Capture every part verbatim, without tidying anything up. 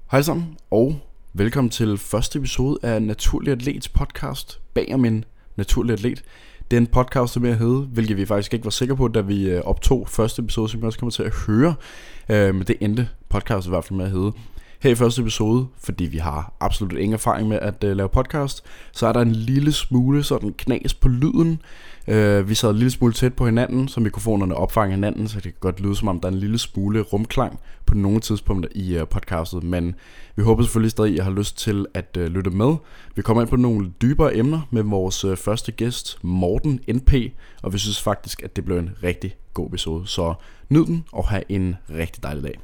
Hej sammen, og velkommen til første episode af Naturlig Atlets podcast, Bag om en naturlig atlet. Det er en podcast, som jeg hedder, hvilket vi faktisk ikke var sikre på, da vi optog første episode, som vi også kommer til at høre. Men det endte podcast i hvert fald med at hedde. Her i første episode, fordi vi har absolut ingen erfaring med at uh, lave podcast, så er der en lille smule sådan knas på lyden. Uh, vi sad en lille smule tæt på hinanden, så mikrofonerne opfanger hinanden, så det kan godt lyde som om der er en lille smule rumklang på nogle tidspunkter i uh, podcastet. Men vi håber selvfølgelig stadig, at I har lyst til at uh, lytte med. Vi kommer ind på nogle dybere emner med vores uh, første gæst, Morten N P, og vi synes faktisk, at det blev en rigtig god episode. Så nyd den og have en rigtig dejlig dag.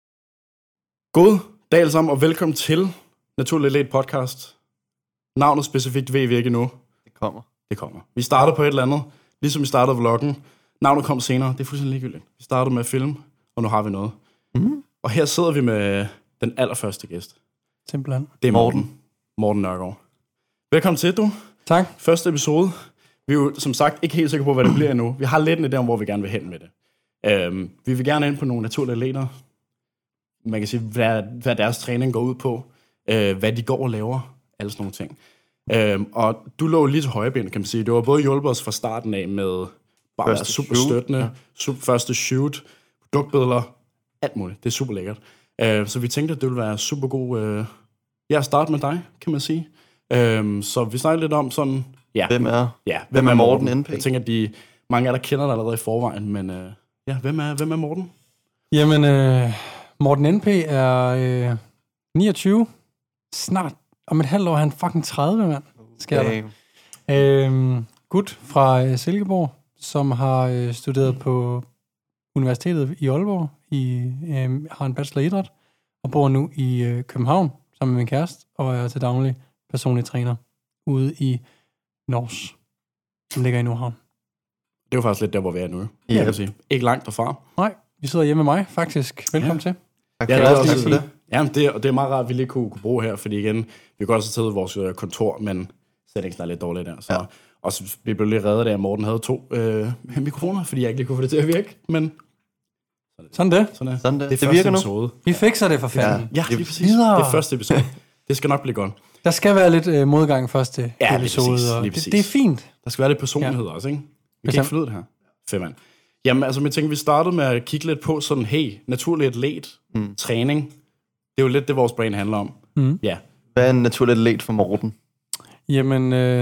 God dag alle sammen, og velkommen til Naturlig Atlet podcast. Navnet specifikt ved vi ikke endnu. Det kommer. Det kommer. Vi starter på et eller andet, ligesom vi startede vloggen. Navnet kom senere, det er fuldstændig ligegyldigt. Vi startede med at filme, og nu har vi noget. Mm-hmm. Og her sidder vi med den allerførste gæst. Simpelthen. Det er Morten. Morten Nørgaard. Velkommen til, du. Tak. Første episode. Vi er jo som sagt ikke helt sikre på, hvad det bliver endnu. Vi har lidt en idé om, hvor vi gerne vil hen med det. Um, vi vil gerne ind på nogle naturlige atleter. Man kan sige, hvad, hvad deres træning går ud på, øh, hvad de går og laver, alle sådan nogle ting. Øh, og du lå lige til højreben, kan man sige. Det var både hjulpet os fra starten af med bare første super shoot. støttende, ja. super, første shoot, produktbilleder, alt muligt. Det er super lækkert. Øh, så vi tænkte, at det ville være super god øh, ja, at starte med dig, kan man sige. Øh, så vi snakkede lidt om sådan... Ja, hvem er, ja, hvem er Morten, Morten N P? Jeg tænker, at de, mange af der kender dig allerede i forvejen, men øh, ja, hvem er, hvem er Morten? Jamen... Øh Morten N P er øh, niogtyve. Snart om et halvt år er han fucking tredive, mand. Skal okay. der. Øh, gut fra øh, Silkeborg, som har øh, studeret på Universitetet i Aalborg, i, øh, har en bachelor i idræt, og bor nu i øh, København sammen med min kæreste, og er til daglig personlig træner ude i Nors, som ligger i Nordhavn. Det er jo faktisk lidt der, hvor vi er nu. Ja. Jeg kan sige. Ikke langt derfra. Nej, vi sidder hjemme med mig, faktisk. Velkommen ja. til. Ja, det er også det. Ja, det er, det er meget rart, at vi lige kunne, kunne bruge her, fordi igen, vi kan også have taget vores kontor, men settings er lidt dårligt der. Så, ja. Og så vi blev lidt reddet af, at Morten havde to øh, mikrofoner, fordi jeg ikke lige kunne få det til at virke, men... Sådan det. Sådan det. Sådan det. Det, det virker nu. Episode. Vi fikser det for fanden. Ja, ja lige præcis. Videre. Det er første episode. Det skal nok blive godt. Der skal være lidt øh, modgang første ja, episode. Lige præcis, og lige præcis. Det, det er fint. Der skal være lidt personlighed ja. også, ikke? Vi kan ikke flyde det her. Fedt, mand. Jamen, altså, jeg tænker, vi startede med at kigge lidt på sådan, hey, naturlig atlet, mm. træning. Det er jo lidt det, vores brain handler om. Mm. Ja. Hvad er en naturlig atlet for Morten? Jamen, øh,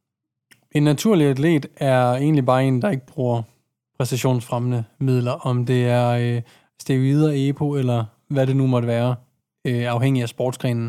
en naturlig atlet er egentlig bare en, der ikke bruger præstationsfremmende midler, om det er øh, steroider, E P O, eller hvad det nu måtte være, øh, afhængig af sportsgrenen.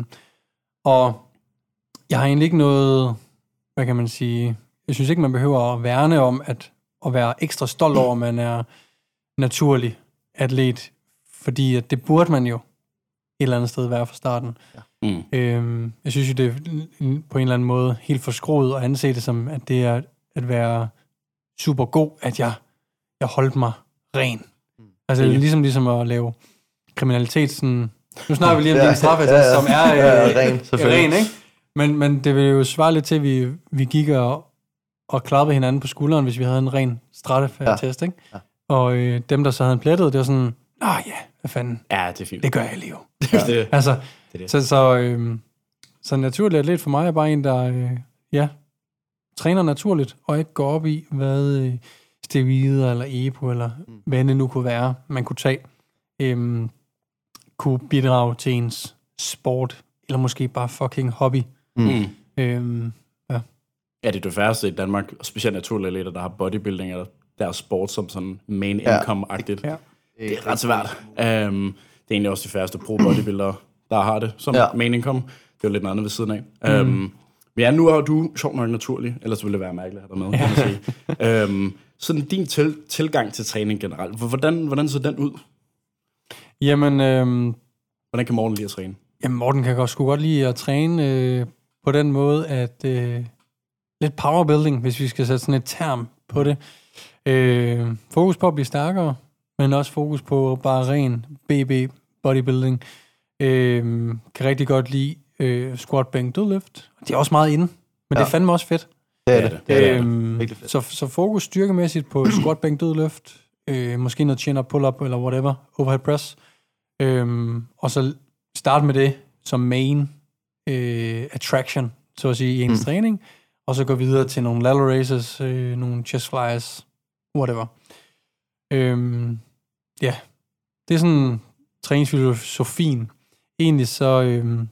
Og jeg har egentlig ikke noget, hvad kan man sige, jeg synes ikke, man behøver at værne om, at, at være ekstra stolt over, at man er naturlig atlet, fordi at det burde man jo et eller andet sted være fra starten. Ja. Mm. Øhm, jeg synes jo, det er på en eller anden måde helt forskroet at anse det som, at det er at være super god, at jeg, jeg holdt mig ren. Mm. Altså det er ligesom, ligesom at lave kriminalitet sådan... Nu snakker vi lige om ja, din straffetest, ja, ja. som er, øh, ja, ren, er ren, ikke? Men, men det vil jo svare lidt til, at vi, vi gik og, og klappede hinanden på skulderen, hvis vi havde en ren straffetest, ja. ikke? Ja. Og øh, dem, der så havde en plettet, det var sådan... Åh oh, ja, hvad fanden. Ja, det er fint. Det gør jeg lige jo. Ja. det, altså, det det. Så, så, øh, så naturlig atlet for mig er bare en, der øh, ja, træner naturligt, og ikke går op i, hvad øh, steroider eller E P O, eller mm. hvad det nu kunne være, man kunne tage, øh, kunne bidrage til ens sport, eller måske bare fucking hobby. Mm. Øh, ja. ja, det er det færreste i Danmark, og specielt naturlige atleter, der har bodybuilding, eller deres sport som sådan main income-agtigt. Ja. Det er ret svært. Um, det er egentlig også de færreste pro-bodybuildere, der har det som ja. main income. Det er jo lidt noget andet ved siden af. Mm. Um, men ja, nu er du sjovt nok naturlig, ellers ville det være mærkeligt at have dig med, kan man sige. um, sådan din til, tilgang til træning generelt, hvordan, hvordan ser den ud? Jamen... Øhm, hvordan kan Morten lide at træne? Jamen, Morten kan godt, sgu godt lide at træne øh, på den måde, at øh, lidt powerbuilding, hvis vi skal sætte sådan et term på det. Øh, fokus på at blive stærkere, men også fokus på bare ren B B bodybuilding. Øh, kan rigtig godt lide øh, squat, bænk, dødløft. Det er også meget inde, men ja. det er fandme også fedt. Det er det. det, er øh, det. Så, så fokus styrkemæssigt på squat, bænk, dødløft. Øh, måske noget chin-up, pull-up eller whatever, overhead press. Øh, og så starte med det som main øh, attraction, så at sige, i ens mm. træning, og så gå videre til nogle lateral raises, øh, nogle chest flyers, whatever. Øhm, ja, det er sådan træningsfilosofien. Egentlig så øhm,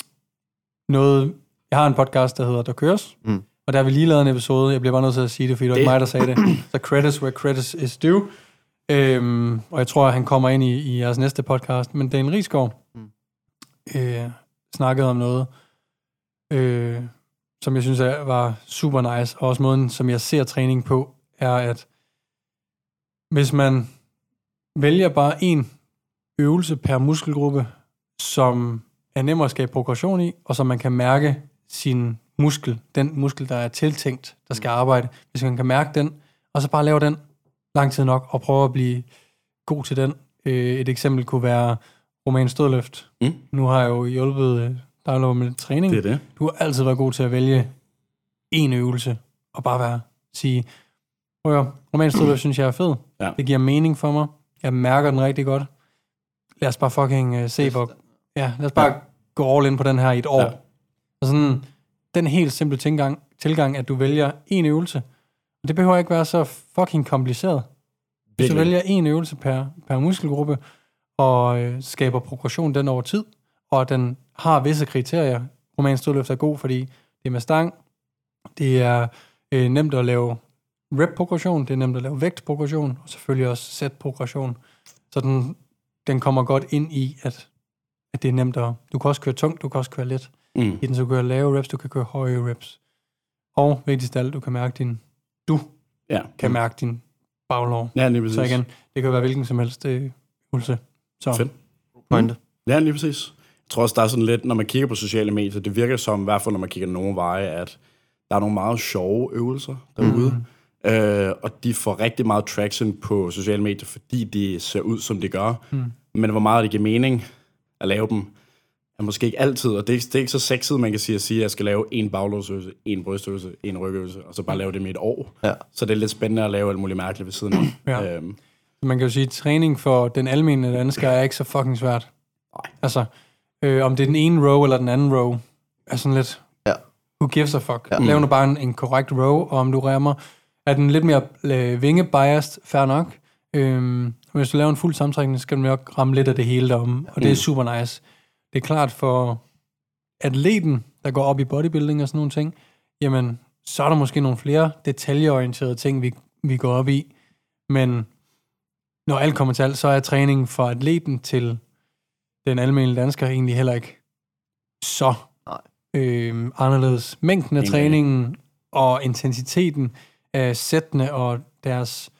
noget, jeg har en podcast, der hedder Der Køres, mm. og der har vi lige lavet en episode, jeg bliver bare nødt til at sige det, fordi det var ikke mig, der sagde det. Så credits where credits is due. Øhm, og jeg tror, at han kommer ind i, i jeres næste podcast, men Dan Rigsgaard mm. øh, snakkede om noget, øh, som jeg synes er, var super nice, og også måden, som jeg ser træning på, er, at hvis man vælger bare en øvelse per muskelgruppe, som er nemmere at skabe progression i, og som man kan mærke sin muskel, den muskel, der er tiltænkt, der skal arbejde, hvis man kan mærke den, og så bare lave den lang tid nok, og prøve at blive god til den. Et eksempel kunne være romansk stødløft. Mm. Nu har jeg jo hjulpet dig med træning. Det er det. Du har altid været god til at vælge en øvelse, og bare være, sige, prøv at romansk stødløft synes jeg er fed. Ja. Det giver mening for mig. Jeg mærker den rigtig godt. Lad os bare fucking uh, se, hvor... Ja, lad os bare ja. gå all in på den her i et år. Ja. Og sådan, den helt simple tilgang, tilgang, at du vælger en øvelse, det behøver ikke være så fucking kompliceret. Hvis du vælger en øvelse per, per muskelgruppe, og øh, skaber progression den over tid, og den har visse kriterier. Romansk stødløft er god, fordi det er med stang, det er øh, nemt at lave rep-progression, det er nemt at lave vægt-progression, og selvfølgelig også set-progression. Så den, den kommer godt ind i, at, at det er nemt at... Du kan også køre tungt, du kan også køre let. Mm. I den så kan du lave reps, du kan køre høje reps. Og vigtigst af alt, du kan mærke din... Du ja. kan mærke din baglov. Ja, lige præcis. Så igen, det kan være hvilken som helst øh, øvelse. Så. Fedt. Pointe. Ja, lige præcis. Jeg tror også, der er sådan lidt, når man kigger på sociale medier, det virker som, i hvert fald når man kigger nogle veje, at der er nogle meget sjove øvelser derude. Mm. Øh, og de får rigtig meget traction på sociale medier, fordi de ser ud, som de gør. Mm. Men hvor meget det giver mening at lave dem, er måske ikke altid. Og det er, det er ikke så sexet, man kan sige, at sige, at jeg skal lave en baglåsøvelse, en brystøvelse, en rygøvelse, og så bare lave det med et år. Ja. Så det er lidt spændende at lave alt muligt mærkeligt ved siden af. Ja. Øhm. Man kan jo sige, at træning for den almindelige dansker er ikke så fucking svært. Nej. Altså, øh, om det er den ene row eller den anden row, er sådan lidt... Ja. Who gives a fuck? Ja. Lav nu bare en, en korrekt row, og om du rammer... Er den lidt mere øh, vinge-biased? Fair nok. Øhm, hvis du laver en fuld sammentrækning, skal du nok ramme lidt af det hele derom, og det er super nice. Det er klart for atleten, der går op i bodybuilding og sådan nogle ting, jamen, så er der måske nogle flere detaljeorienterede ting, vi, vi går op i. Men når alt kommer til alt, så er træningen for atleten til den almindelige dansker egentlig heller ikke så øh, anderledes. Mængden af træningen og intensiteten af sættene og deres...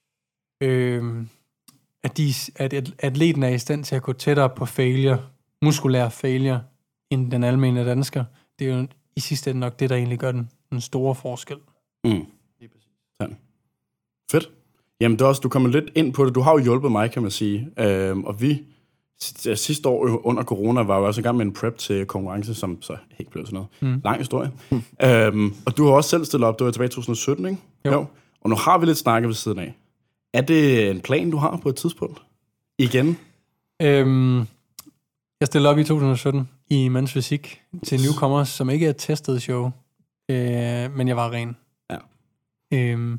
Øh, at, de, at atleten er i stand til at gå tættere på failure, muskulær failure, end den almindelige dansker. Det er jo i sidste ende nok det, der egentlig gør den, den store forskel. Mm. Sådan. Fedt. Jamen, det er også, du kommer lidt ind på det. Du har jo hjulpet mig, kan man sige. Øhm, og vi, sidste år under corona, var jo også i gang med en prep til konkurrence, som så helt blev sådan noget. Mm. Lang historie. Mm. Øhm, og du har også selv stillet op, det var tilbage i to tusind og sytten, ikke? Jo. jo. Og nu har vi lidt snakket ved siden af. Er det en plan, du har på et tidspunkt? Igen? Øhm, jeg stillede op i to tusind og sytten i Mands Fysik til Newcomers, som ikke er et testet show. Øh, men jeg var ren. Ja. Øhm,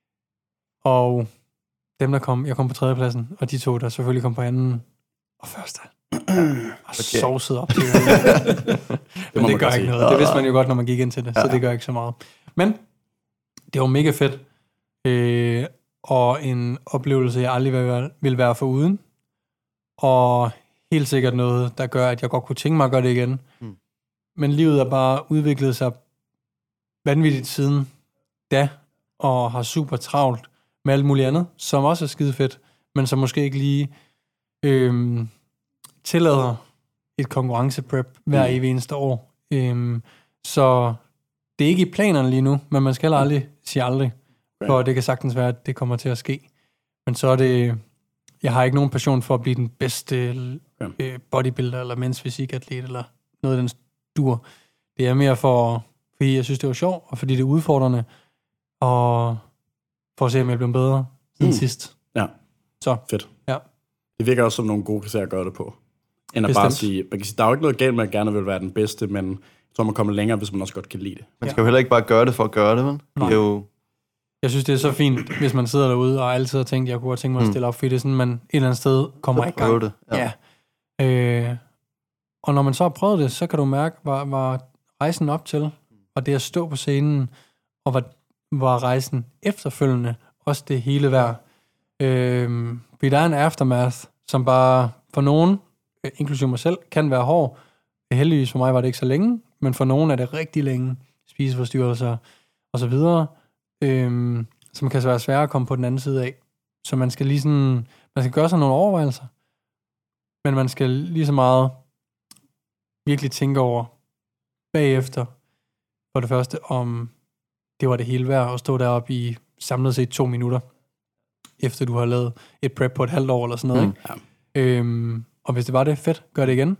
og dem, der kom, jeg kom på tredjepladsen, og de to, der selvfølgelig kom på anden og første, og okay. sovset op til det. Men det gør ikke noget. Det vidste man jo godt, når man gik ind til det, ja. Så det gør ikke så meget. Men det var mega fedt. Øh, og en oplevelse, jeg aldrig vil være, vil være foruden. Og helt sikkert noget, der gør, at jeg godt kunne tænke mig at gøre det igen. Mm. Men livet er bare udviklet sig vanvittigt siden da, og har super travlt med alt muligt andet, som også er skide fedt, men som måske ikke lige øhm, tillader et konkurrenceprep hver evig eneste år. Øhm, så det er ikke i planerne lige nu, men man skal aldrig sige aldrig, for det kan sagtens være, at det kommer til at ske. Men så er det... Jeg har ikke nogen passion for at blive den bedste øh, bodybuilder, eller mens fysikatlet, eller noget af den dur. Det er mere for, fordi jeg synes, det var sjovt, og fordi det er udfordrende, og for at se, om jeg bliver bedre siden mm. sidst. Ja, så fedt. Ja. Det virker også som nogle gode kriterier at gøre det på. End at bare sige, man kan sige, der er jo ikke noget galt med at gerne vil være den bedste, men jeg tror, man kommer længere, hvis man også godt kan lide det. Man skal jo heller ikke bare gøre det for at gøre det, men det er jo... Jeg synes, det er så fint, hvis man sidder derude og altid har tænkt, jeg kunne godt tænke mig at stille op, fordi det er sådan, man et eller andet sted kommer i gang. Det, ja. ja. Øh, og når man så har prøvet det, så kan du mærke, hvor, hvor rejsen op til, og det at stå på scenen, og hvor, hvor rejsen efterfølgende, også det hele værd. Øh, fordi der er en aftermath, som bare for nogen, inklusive mig selv, kan være hård. Heldigvis for mig var det ikke så længe, men for nogen er det rigtig længe. Spiseforstyrrelser og så videre. Øhm, som kan være svære at komme på den anden side af. Så man skal lige sådan, man skal gøre sig nogle overvejelser, men man skal lige så meget virkelig tænke over bagefter, for det første, om det var det hele værd at stå deroppe i samlet set to minutter, efter du har lavet et prep på et halvt år eller sådan noget. Mm. Ikke? Øhm, og hvis det var det, fedt, gør det igen.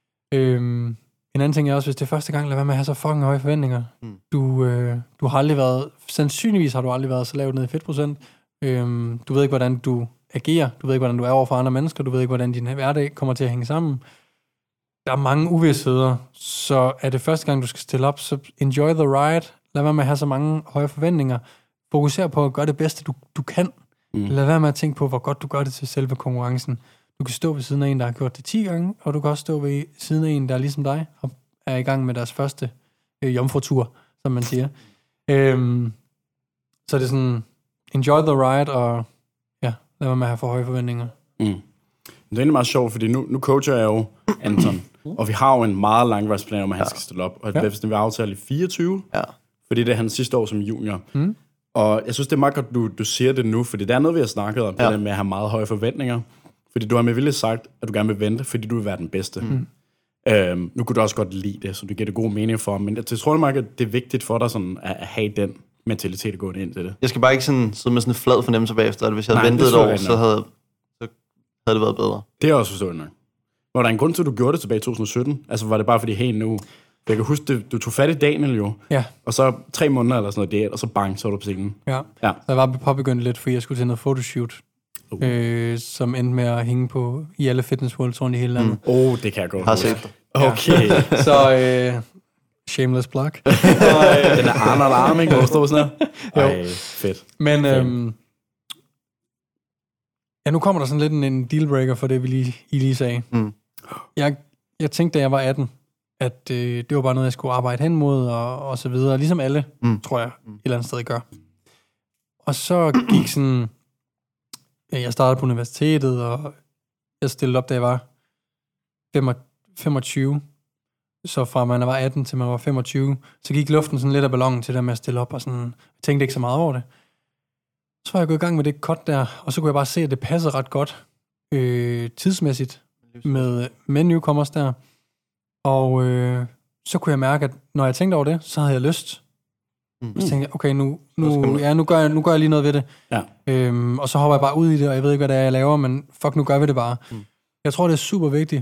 Øhm, En anden ting er også, hvis det er første gang, lad være med at have så fucking høje forventninger. Mm. Du, øh, du har aldrig været, sandsynligvis har du aldrig været så lavt ned i fedtprocent. Øhm, du ved ikke, hvordan du agerer. Du ved ikke, hvordan du er over for andre mennesker. Du ved ikke, hvordan din hverdag kommer til at hænge sammen. Der er mange uvidsheder. Så er det første gang, du skal stille op, så enjoy the ride. Lad være med at have så mange høje forventninger. Fokuser på at gøre det bedste, du, du kan. Mm. Lad være med at tænke på, hvor godt du gør det til selve konkurrencen. Du kan stå ved siden af en, der har gjort det ti gange, og du kan også stå ved siden af en, der er ligesom dig, og er i gang med deres første øh, jomfrutur, som man siger. Øhm, så det er sådan, enjoy the ride, og ja, lad mig med at have for høje forventninger. Mm. Det er egentlig meget sjovt, fordi nu, nu coacher jeg jo Anton, og vi har jo en meget langvejsplan om, at han ja. skal stille op, og det ja. vil aftale i fireogtyve, ja. fordi det er hans sidste år som junior. Mm. Og jeg synes, det er meget godt, du, du siger det nu, fordi det er noget, vi har snakket om, ja. det der med at have meget høje forventninger. Fordi du har med vilje sagt, at du gerne vil vente, fordi du vil være den bedste. Mm. Øhm, nu kunne du også godt lide det, så du giver det god mening for. Men jeg tror nok, at det er vigtigt for dig sådan, at have den mentalitet at gå ind til det. Jeg skal bare ikke sådan, sidde med sådan en flad fornemmelse bagefter, at hvis jeg havde Nej, ventet et år, så havde, så havde det været bedre. Det er også forståeligt nok. Var der en grund til, at du gjorde det tilbage i to tusind og sytten? Altså var det bare fordi, hey nu... Jeg kan huske, du, du tog fat i Daniel jo, ja. og så tre måneder eller sådan noget det, og så bang, så var du på scenen. Ja, ja. Så jeg var påbegyndt lidt, fordi jeg skulle til noget photoshoot. Uh. Øh, som endte med at hænge på i alle fitness worlds rundt i hele landet. Åh, mm. oh, det kan jeg godt har set. Okay. Så, øh, shameless plug. og, øh, den er Arnold Arm, ikke? Hvor stod sådan her. Ej, fedt. Men, øhm, ja, nu kommer der sådan lidt en, en dealbreaker for det, vi lige, I lige sagde. Mm. Jeg, jeg tænkte, da jeg var atten, at øh, det var bare noget, jeg skulle arbejde hen mod, og, og så videre. Ligesom alle, mm. tror jeg, et eller andet sted gør. Og så gik sådan... Jeg startede på universitetet, og jeg stillede op, da jeg var femogtyve. Så fra man var atten til man var femogtyve, så gik luften sådan lidt af ballonen til det med at stille op, og sådan, jeg tænkte ikke så meget over det. Så var jeg gået i gang med det cut der, og så kunne jeg bare se, at det passede ret godt øh, tidsmæssigt med, med newcomers der. Og øh, så kunne jeg mærke, at når jeg tænkte over det, så havde jeg lyst. Mm. Så tænkte jeg, okay, nu, nu, ja, nu, gør jeg, nu gør jeg lige noget ved det. Ja. Øhm, og så hopper jeg bare ud i det, og jeg ved ikke, hvad det er, jeg laver, men fuck, nu gør vi det bare. Mm. Jeg tror, det er super vigtigt.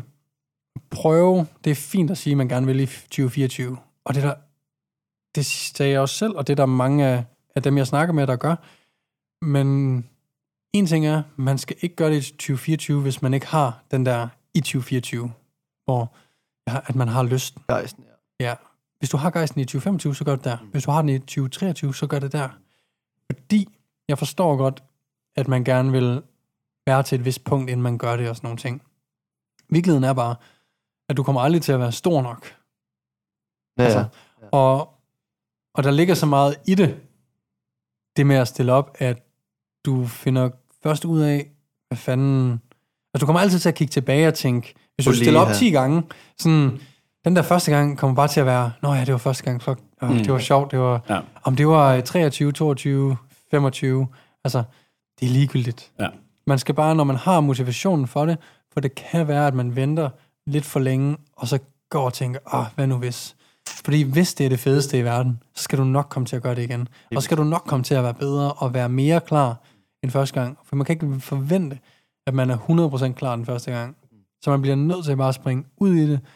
Prøve, det er fint at sige, at man gerne vil i tyve fireogtyve. Og det der, det sagde jeg også selv, og det er der mange af, af dem, jeg snakker med, der gør. Men en ting er, man skal ikke gøre det i tyve fireogtyve, hvis man ikke har den der i tyve fireogtyve, hvor ja, at man har lysten. Gejsten, ja. Ja. Hvis du har gejsten i tyve femogtyve, så gør det der. Hvis du har den i tyve treogtyve, så gør det der. Fordi jeg forstår godt, at man gerne vil være til et vist punkt, inden man gør det og sådan nogle ting. Virkeligheden er bare, at du kommer aldrig til at være stor nok. Ja, altså, ja. Og, og der ligger så meget i det, det med at stille op, at du finder først ud af, hvad fanden... Altså du kommer altid til at kigge tilbage og tænke, hvis du stiller op ti gange, sådan... Den der første gang kommer bare til at være, nå ja, det var første gang, fuck, oh, mm. det var sjovt, det var, ja. om det var treogtyve, toogtyve, femogtyve, altså, det er ligegyldigt. Ja. Man skal bare, når man har motivationen for det, for det kan være, at man venter lidt for længe, og så går og tænker, åh, oh, hvad nu hvis? Fordi hvis det er det fedeste i verden, så skal du nok komme til at gøre det igen. Og så skal du nok komme til at være bedre og være mere klar end første gang. For man kan ikke forvente, at man er hundrede procent klar den første gang. Så man bliver nødt til bare at springe ud i det,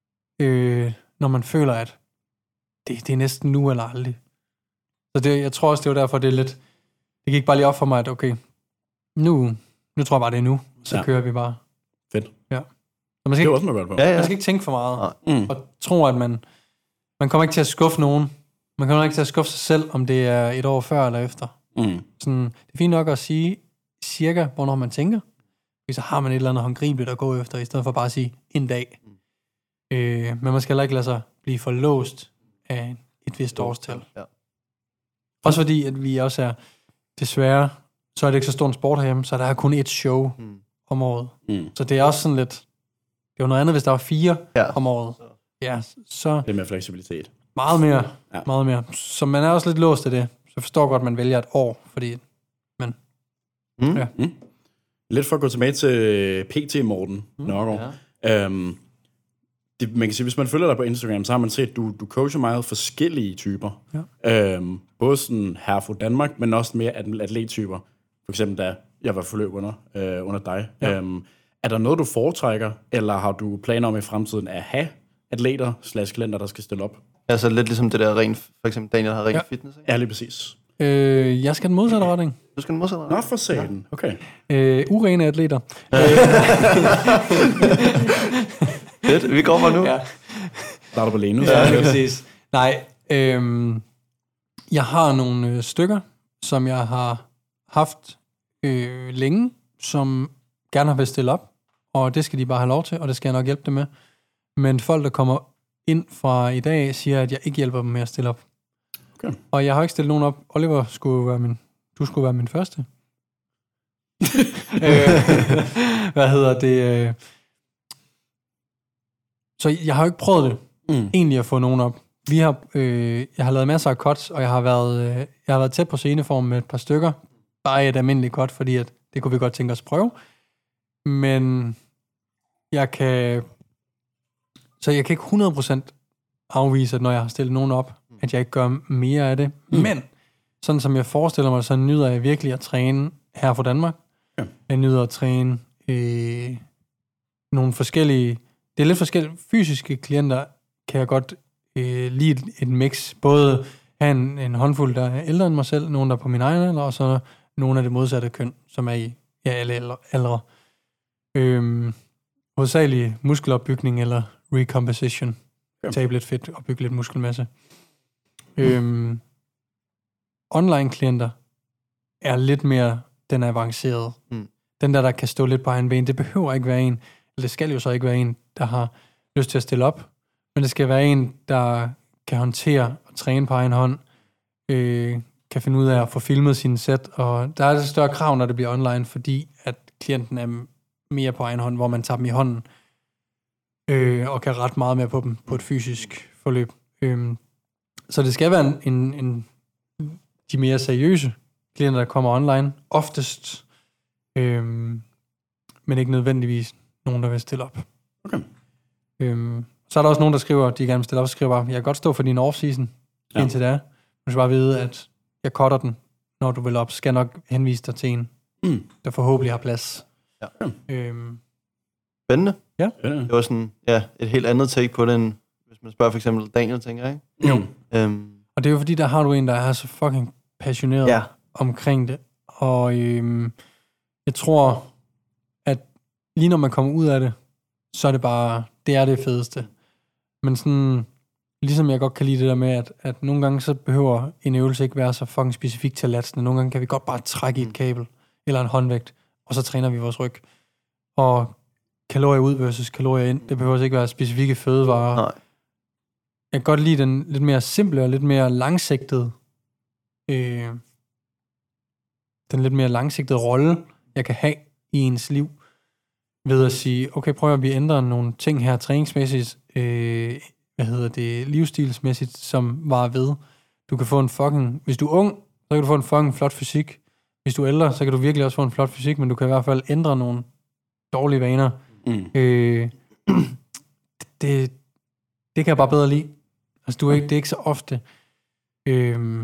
Øh, når man føler, at det, det er næsten nu eller aldrig. Så det, jeg tror også, det var derfor, det er lidt... Det gik bare lige op for mig, at okay, nu, nu tror jeg bare, det er nu. Så ja. kører vi bare. Fedt. Ja. Så man skal, det er ikke, også meget godt på. Ja, ja. man skal ikke tænke for meget, Mm. og tro, at man, man kommer ikke til at skuffe nogen. Man kommer ikke til at skuffe sig selv, om det er et år før eller efter. Mm. Sådan, det er fint nok at sige cirka, hvornår man tænker. Fordi så har man et eller andet håndgribeligt at gå efter, i stedet for bare at sige en dag. Mm. Øh, men man skal heller ikke lade sig blive forlåst af et vist årstal. Ja. Også fordi, at vi også er, desværre, så er det ikke så stor en sport herhjemme, så der er kun et show mm. om året. Mm. Så det er også sådan lidt, det var noget andet, hvis der var fire ja. om året. Ja, så... Det er mere fleksibilitet. Meget mere, ja. meget mere. Så man er også lidt låst af det. Så jeg forstår godt, at man vælger et år, fordi... Men, mm. Ja. Mm. Lidt for at gå tilbage til P T Morten mm. Nørgaard. Ja. Øhm, det, man kan sige, hvis man følger dig på Instagram, så har man set, at du, du coacher meget forskellige typer. Ja. Øhm, både sådan her fra Danmark, men også mere atlettyper. For eksempel da jeg var forløb under, øh, under dig. Ja. Øhm, er der noget, du foretrækker, eller har du planer om i fremtiden at have atleter slash klienter, der skal stille op? Altså lidt ligesom det der ren, for eksempel Daniel har ren ja. fitness, ikke? Ja, lige præcis. Øh, jeg skal den modsatte retning. Du skal den modsatte retning? Nå, for satan. Ja. Okay. Øh, urene atleter. Fedt, vi går fra nu. Ja. Der er du på Lenus. Ja, præcis. Nej, øh, jeg har nogle øh, stykker, som jeg har haft øh, længe, som gerne har vil stille op, og det skal de bare have lov til, og det skal jeg nok hjælpe dem med. Men folk, der kommer ind fra i dag, siger, at jeg ikke hjælper dem med at stille op. Okay. Og jeg har ikke stillet nogen op. Oliver skulle være min, du skulle være min første. Hvad hedder det? Så jeg har jo ikke prøvet det, mm. egentlig at få nogen op. Vi har, øh, jeg har lavet masser af cuts, og jeg har været, øh, jeg har været tæt på sceneform med et par stykker. Bare et almindeligt cut, fordi at det kunne vi godt tænke os at prøve. Men jeg kan... Så jeg kan ikke hundrede procent afvise, at når jeg har stillet nogen op, at jeg ikke gør mere af det. Mm. Men, sådan som jeg forestiller mig, så nyder jeg virkelig at træne her fra Danmark. Ja. Jeg nyder at træne øh, nogle forskellige... Det er lidt forskellige fysiske klienter, kan jeg godt øh, lide et, et mix. Både have en, en håndfuld, der er ældre end mig selv, nogen der er på min egen alder, og så nogle af det modsatte køn, som er i ja, alle aldre. Øhm, hovedsageligt muskelopbygning eller recomposition. Ja. Tabe lidt fedt og bygge lidt muskelmasse. Mm. Øhm, online-klienter er lidt mere den avancerede. Mm. Den der, der kan stå lidt på egen ben, det behøver ikke være en, eller det skal jo så ikke være en, der har lyst til at stille op, men det skal være en, der kan håndtere og træne på egen hånd, øh, kan finde ud af at få filmet sine sæt, og der er et større krav, når det bliver online, fordi at klienten er mere på egen hånd, hvor man tager dem i hånden, øh, og kan rette meget mere på dem på et fysisk forløb. Øh, så det skal være en, en, en de mere seriøse klienter, der kommer online, oftest, øh, men ikke nødvendigvis nogen, der vil stille op. Okay. Øh, så er der også nogen, der skriver, de gerne vil stille op, og skriver bare, jeg kan godt stå for din off-season, ja. Indtil da. Du skal bare vide, at jeg cutter den, når du vil op, skal jeg nok henvise dig til en, mm. der forhåbentlig har plads. Ja. Øhm. Spændende. Ja. Det var sådan, ja, et helt andet take på den, hvis man spørger for eksempel Daniel, tænker jeg, ikke? Jo. Øhm. Og det er jo fordi, der har du en, der er så fucking passioneret ja. Omkring det. Og øhm, jeg tror, at lige når man kommer ud af det, så er det bare, det er det fedeste. Men sådan, ligesom jeg godt kan lide det der med, at, at nogle gange så behøver en øvelse ikke være så fucking specifik til latsene. Nogle gange kan vi godt bare trække i et kabel, eller en håndvægt, og så træner vi vores ryg. Og kalorier ud versus kalorier ind, det behøver ikke være specifikke fødevarer. Nej. Jeg kan godt lide den lidt mere simple og lidt mere langsigtede, øh, den lidt mere langsigtede rolle, jeg kan have i ens liv, ved at sige, okay, prøv at vi ændrer nogle ting her træningsmæssigt, øh, hvad hedder det, livsstilsmæssigt, som var ved. Du kan få en fucking, hvis du er ung, så kan du få en fucking flot fysik. Hvis du er ældre, så kan du virkelig også få en flot fysik, men du kan i hvert fald ændre nogle dårlige vaner. Mm. Øh, det, det kan jeg bare bedre lide. Altså, du er ikke, det er ikke så ofte. Øh,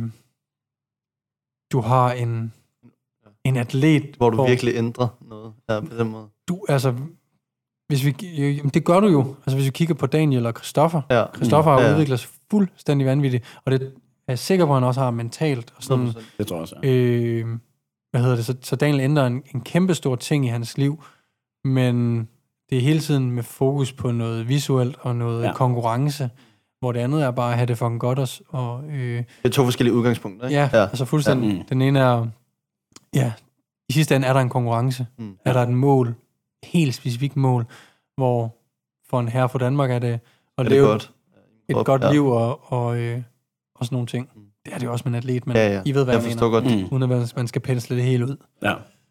du har en, en atlet... Hvor du hvor, virkelig ændrer noget ja, på den måde. Du, altså... Hvis vi, det gør du jo. Altså, hvis vi kigger på Daniel og Christoffer. Ja. Christoffer har ja. udviklet sig fuldstændig vanvittigt, og det er jeg sikker på, at han også har mentalt. Og sådan, det tror jeg også, ja. øh, hvad hedder det? Så, så Daniel ændrer en, en kæmpe stor ting i hans liv, men det er hele tiden med fokus på noget visuelt og noget ja. konkurrence, hvor det andet er bare at have det fucking godt også. Og, øh, det er to forskellige udgangspunkter, ikke? Ja, ja. altså fuldstændig. Ja. Den ene er, ja, i sidste ende er der en konkurrence. Mm. Er der et mål, helt specifikt mål, hvor for en herre for Danmark er det, og er det, det er jo godt? et Op, godt ja. liv og, og, øh, og sådan nogle ting. Mm. Det er det jo også med en atlet, men ja, ja. I ved, hvad jeg, jeg mener. Godt. Mm. Uden at man skal pensle det hele ud. Ja.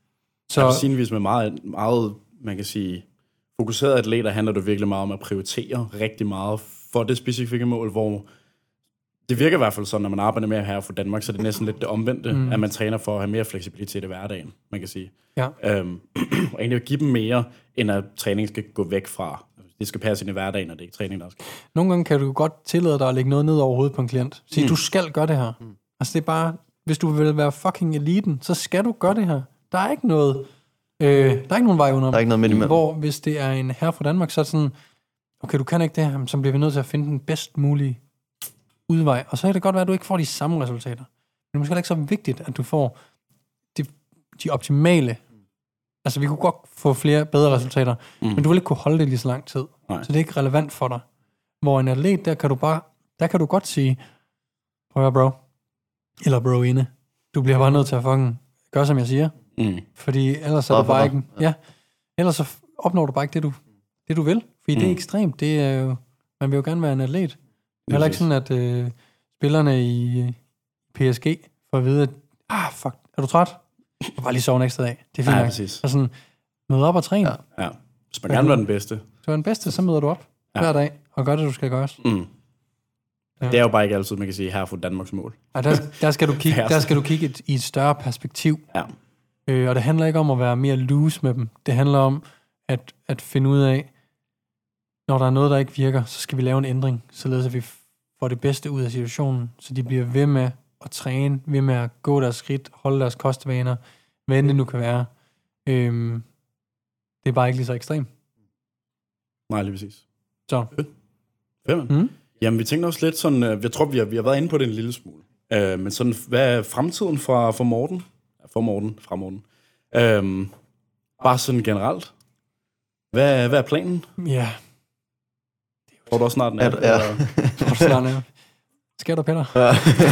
Så jeg vil sige, med meget, meget, man kan sige, fokuserede atleter handler det virkelig meget om at prioritere rigtig meget for det specifikke mål, hvor det virker i hvert fald sådan, når man arbejder med her for Danmark, så det er næsten lidt det omvendte, mm. at man træner for at have mere fleksibilitet i hverdagen, man kan sige. Ja. Øhm, og egentlig at give dem mere, end at træning skal gå væk fra. Det skal passe ind i hverdagen, og det er ikke træning, der skal. Nogle gange kan du godt tillade dig at lægge noget ned over hovedet på en klient. Sige, mm. du skal gøre det her. Mm. Altså det er bare, hvis du vil være fucking eliten, så skal du gøre det her. Der er ikke noget, øh, der er ikke nogen vej under. Der er ikke noget midt imellem. Hvor hvis det er en herre fra Danmark, så er det sådan, okay, du kan ikke det her, så bliver vi nødt til at finde den bedst mulige udvej. Og så kan det godt være, at du ikke får de samme resultater. Men det er måske ikke så vigtigt, at du får de, de optimale. Altså, vi kunne godt få flere bedre resultater, mm. men du vil ikke kunne holde det lige så lang tid. Nej. Så det er ikke relevant for dig. Hvor en atlet, der kan du bare, der kan du godt sige, prøv at bro, eller bro inde, du bliver bare nødt til at fucking gøre, som jeg siger. Mm. Fordi ellers er du bare ikke, ja, ellers så opnår du bare ikke det, du, det, du vil. Fordi mm. det er ekstremt. Det er jo, man vil jo gerne være en atlet. Det er heller ikke sådan, at øh, spillerne i P S G får at vide, at, ah, fuck, er du træt? Du bare lige sove en ekstra dag. Det er fint. Ja, præcis. Og sådan, møde op og træne. Ja. ja. Hvis man gerne vil være den bedste. Så er den bedste, så møder du op ja. hver dag, og gør det, du skal gøre. Mm. Ja. Det er jo bare ikke altid, man kan sige, her for Danmarks mål. Ja, der, der, skal du kigge, der skal du kigge et, i et større perspektiv. Ja. Øh, og det handler ikke om at være mere loose med dem. Det handler om at, at finde ud af, når der er noget, der ikke virker, så skal vi lave en ændring, således at vi får det bedste ud af situationen, så de bliver ved med at træne, ved med at gå deres skridt, holde deres kostvaner, hvad end det nu kan være. Øhm, det er bare ikke lige så ekstremt. Nej, lige præcis. Så. Fedt. Mm. Jamen, vi tænkte også lidt sådan, jeg tror, vi har, vi har været inde på det en lille smule, øh, men sådan, hvad er fremtiden for, for Morten? For Morten, fra Morten. Øhm, bare sådan generelt. Hvad, hvad er planen? Ja. Får du også snart en app? Ja. Får du snart en app? Sker der, Peter? Ja.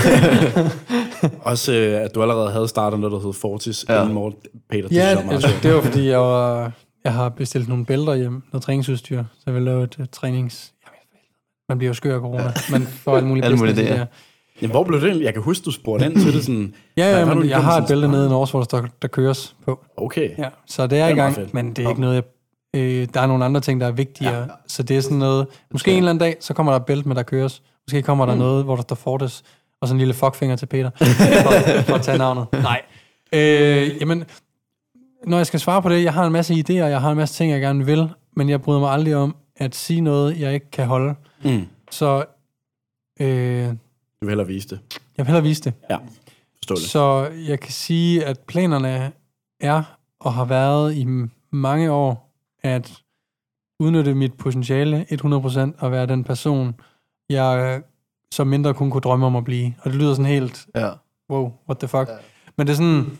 Også, at du allerede havde startet noget, der hed Fortis, ja. Inden Morten, Peter. Ja, det, det, det var fordi, jeg, var, jeg har bestilt nogle bælter hjem, noget træningsudstyr, så jeg vil lave et uh, trænings... Man bliver jo skør af corona. Ja. Man får alle mulige business det, ja. Ja, hvor blev det? Jeg kan huske, du spurgte ind til det sådan... Ja, ja, men jeg har et bælte nede i Norge, hvor der, står, der køres på. Okay. Ja, så det er i gang, men det er ikke noget, jeg, øh, der er nogle andre ting, der er vigtigere. Ja. Så det er sådan noget... Måske okay. En eller anden dag, så kommer der et bælte med, der køres. Måske kommer der mm. noget, hvor der står Fortis, og sådan en lille fuckfinger til Peter, for, for at tage navnet. Nej. Øh, jamen, når jeg skal svare på det, jeg har en masse idéer, jeg har en masse ting, jeg gerne vil, men jeg bryder mig aldrig om at sige noget, jeg ikke kan holde. Mm. Så... Øh, du vil hellere vise det. Jeg vil hellere vise det. Ja, forstår det. Så jeg kan sige, at planerne er og har været i mange år, at udnytte mit potentiale hundrede procent og være den person, jeg som mindre kun kunne drømme om at blive. Og det lyder sådan helt, ja. Wow, what the fuck. Ja. Men det er sådan,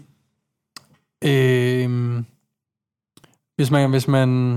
øh, hvis man, hvis man,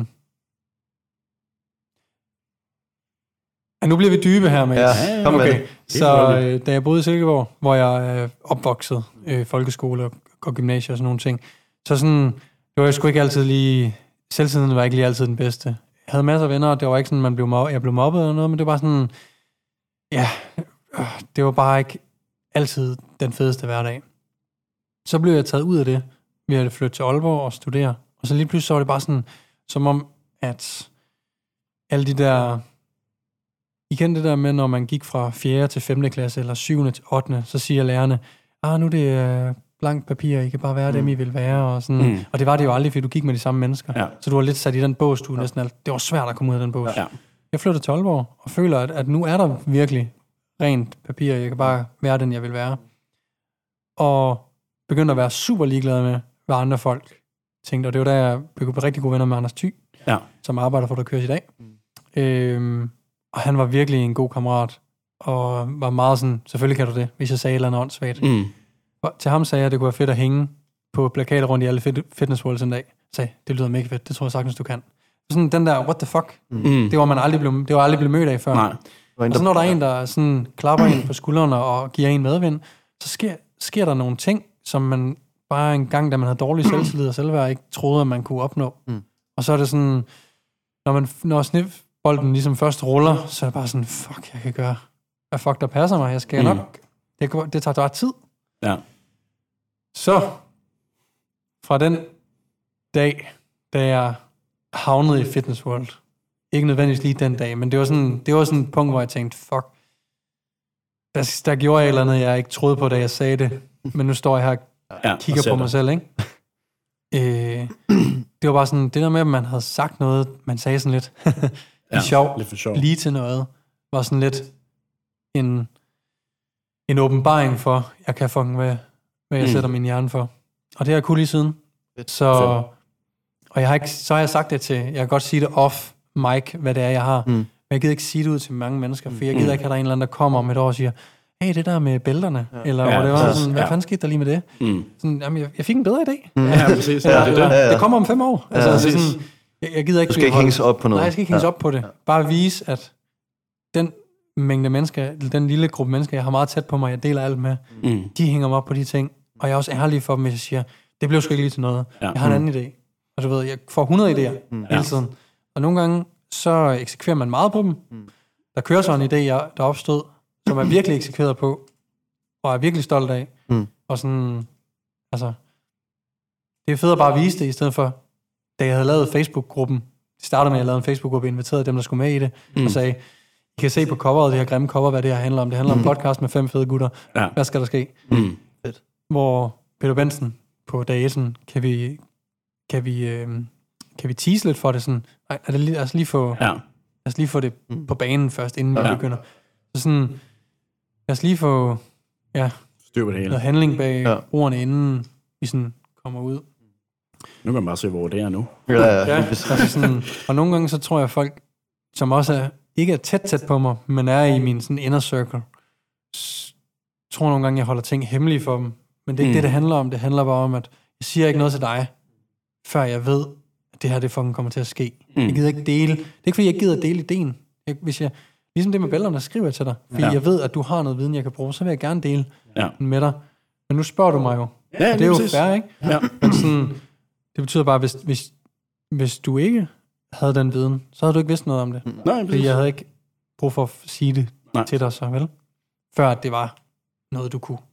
ja, nu bliver vi dybe her, Mads. Ja, kom okay. med. Så øh, da jeg boede i Silkeborg, hvor jeg er opvokset, øh, folkeskole og, og gymnasie og sådan nogle ting, så sådan, det var sgu ikke altid lige, selvtiden var ikke lige altid den bedste. Jeg havde masser af venner, og det var ikke sådan, man blev mobbet, jeg blev mobbet eller noget, men det var sådan, ja, øh, det var bare ikke altid den fedeste hverdag. Så blev jeg taget ud af det, ved at flytte til Aalborg og studere, og så lige pludselig så var det bare sådan, som om, at alle de der... I kender det der med, når man gik fra fjerde til femte klasse, eller syvende til ottende, så siger lærerne, ah, nu er det blankt papir, I kan bare være mm. dem, I vil være, og sådan. Mm. Og det var det jo aldrig, fordi du gik med de samme mennesker. Ja. Så du var lidt sat i den bås, du ja. næsten alt. Det var svært at komme ud af den bås. Ja. Jeg flyttede til Aalborg, og føler, at, at nu er der virkelig rent papir, jeg kan bare være den, jeg vil være. Og begyndte at være super ligeglad med, hvad andre folk tænkte, og det var da jeg blev rigtig gode venner med Anders Thy, ja. som arbejder for, der køres i dag. Mm. Øhm, Og han var virkelig en god kammerat, og var meget sådan, selvfølgelig kan du det, hvis jeg sagde et eller andet åndssvagt. Mm. Og til ham sagde jeg, at det kunne være fedt at hænge på plakater rundt i alle fitness worlds en dag. Jeg sagde, det lyder mega fedt, det tror jeg sagtens, du kan. Sådan den der, what the fuck? Mm. Det var man aldrig blevet, det var aldrig blevet mødt af før. Nej. Og så når der er en, der sådan klapper en på skuldrene og giver en medvind, så sker, sker der nogle ting, som man bare en gang, da man havde dårlig selvtillid og selvværd, ikke troede, at man kunne opnå. Mm. Og så er det sådan, når man når snipbolden ligesom først ruller, så er det bare sådan, fuck, jeg kan gøre, hvad fuck der passer mig, jeg skal mm. nok, det, går, det tager bare tid. Ja. Så, fra den dag, da jeg havnede i Fitness World, ikke nødvendigvis lige den dag, men det var sådan, det var sådan et punkt, hvor jeg tænkte, fuck, der, der gjorde jeg et eller andet, jeg ikke troede på, da jeg sagde det, men nu står jeg her og ja, kigger og på mig selv, ikke? Øh, det var bare sådan, det der med, at man havde sagt noget, man sagde sådan lidt, ja, sjov, lidt for sjov, lige til noget, var sådan lidt en, en åbenbaring for, jeg kan fucking hvad, hvad jeg mm. sætter min hjerne for. Og det har jeg kunnet lige siden. Så, og jeg har ikke, så har jeg sagt det til, jeg kan godt sige det off mic, hvad det er, jeg har, mm. men jeg gider ikke sige det ud til mange mennesker, for jeg gider mm. ikke have, der er en eller anden, der kommer om et år og siger, hey, det der med bælterne, ja. eller ja, hvor det var sådan, hvad ja. fanden skete der lige med det? Mm. Sådan, jamen, jeg, jeg fik en bedre idé. Mm. Ja, præcis. Ja, ja, det, ja, ja. det kommer om fem år. Altså, ja, det er sådan, jeg, jeg gider ikke... Du skal ikke hænges op på noget. Nej, jeg skal ikke hænges ja. op på det. Bare vise, at den mængde mennesker, den lille gruppe mennesker, jeg har meget tæt på mig, jeg deler alt med, mm. de hænger mig op på de ting, og jeg er også ærlig for dem, hvis jeg siger, det blev sgu ikke lige til noget. Ja. Jeg har en anden idé. Og du ved, jeg får hundrede idéer mm. hele tiden. Og nogle gange, så eksekverer man meget på dem. Mm. Der kører så en idé, jeg, der opstod, som er virkelig eksekveret på, og er virkelig stolt af. Mm. Og sådan, altså, det er fedt at bare vise det, i stedet for, da jeg havde lavet Facebook-gruppen, det startede med, at jeg lavede en Facebook-gruppe, inviterede dem, der skulle med i det, mm. og sagde, I kan se på coveret, det her grimme cover, hvad det her handler om. Det handler mm. om podcast med fem fede gutter. Ja. Hvad skal der ske? Mm. Hvor Peter Benson på dag et, kan vi, kan vi, øh, kan vi tease lidt for det sådan, ej, er det lige, altså lige få, ja. lad os lige få det på banen først, inden ja. vi begynder. Så sådan, lad os lige få, ja, styr på det hele. Noget handling bag ja. ordene, inden vi sådan kommer ud. Nu kan man bare se, hvor det er nu. Ja, ja. ja altså sådan, og nogle gange så tror jeg, folk, som også er, ikke er tæt tæt på mig, men er i min sådan inner circle, tror nogle gange, jeg holder ting hemmelige for dem. Men det er ikke mm. det, det handler om. Det handler bare om, at jeg siger ikke noget til dig, før jeg ved, at det her, det fucking kommer til at ske. Mm. Jeg gider ikke dele. Det er ikke, fordi jeg gider dele ideen. Jeg, hvis jeg, ligesom det med bælterne, skriver jeg til dig. Fordi ja. jeg ved, at du har noget viden, jeg kan bruge, så vil jeg gerne dele ja. den med dig. Men nu spørger du mig jo. Ja, det er jo fair, ikke? Ja. Men sådan, det betyder bare, hvis, hvis, hvis du ikke havde den viden, så havde du ikke vidst noget om det. Nej, fordi jeg havde ikke brug for at sige det Nej. til dig så, vel? Før at det var noget, du kunne.